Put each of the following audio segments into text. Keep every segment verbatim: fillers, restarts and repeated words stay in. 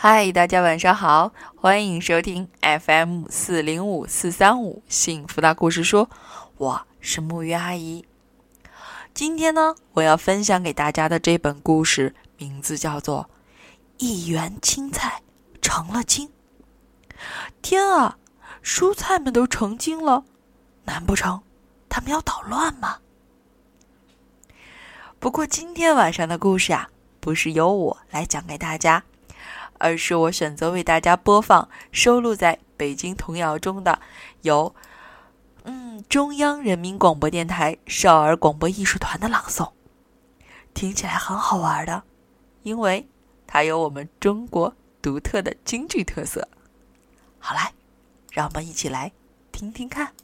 嗨，大家晚上好，欢迎收听 F M 四零五四三五幸福大故事书，我是木鱼阿姨。今天呢，我要分享给大家的这本故事名字叫做一园青菜成了精。天啊，蔬菜们都成精了，难不成他们要捣乱吗？不过今天晚上的故事啊，不是由我来讲给大家，而是我选择为大家播放收录在北京童谣中的由嗯中央人民广播电台少儿广播艺术团的朗诵，听起来很好玩的，因为它有我们中国独特的京剧特色。好来，让我们一起来听听看。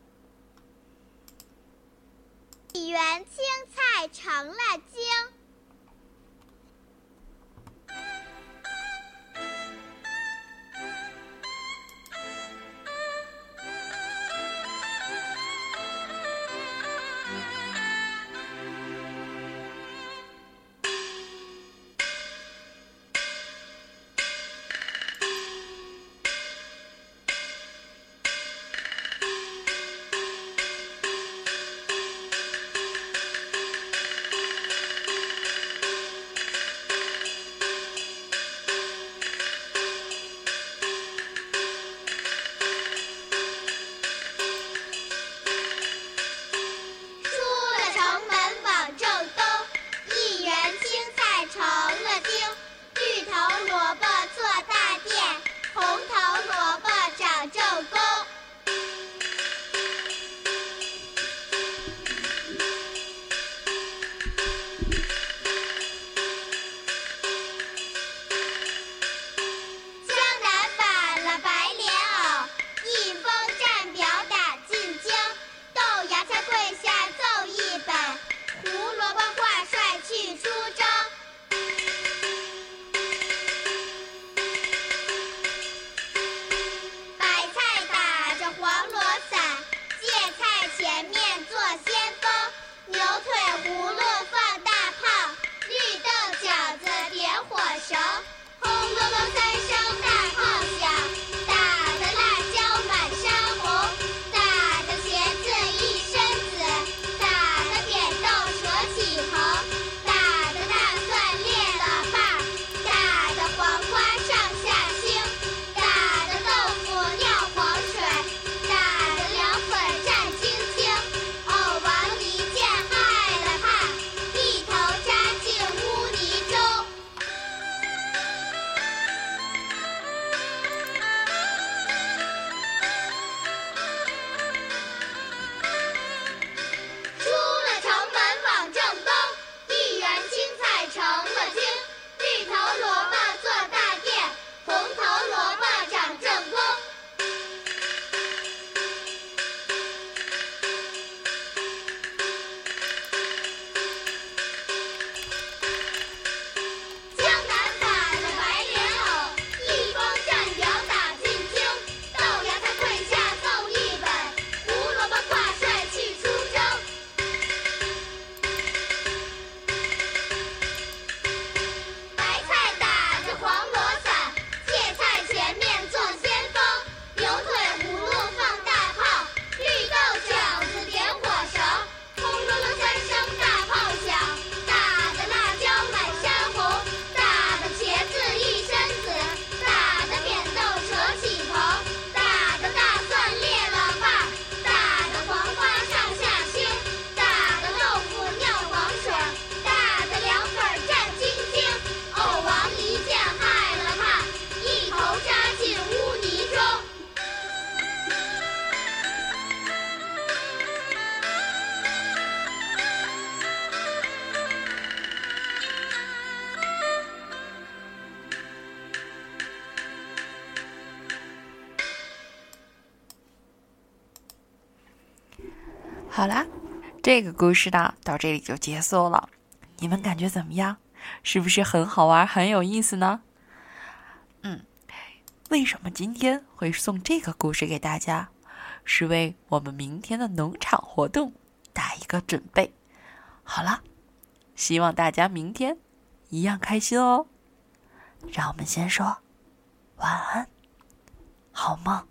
一园青菜成了精。 好啦，这个故事呢到这里就结束了，你们感觉怎么样？是不是很好玩，很有意思呢？嗯，为什么今天会送这个故事给大家？是为我们明天的农场活动打一个准备。好了，希望大家明天一样开心哦。让我们先说晚安，好梦。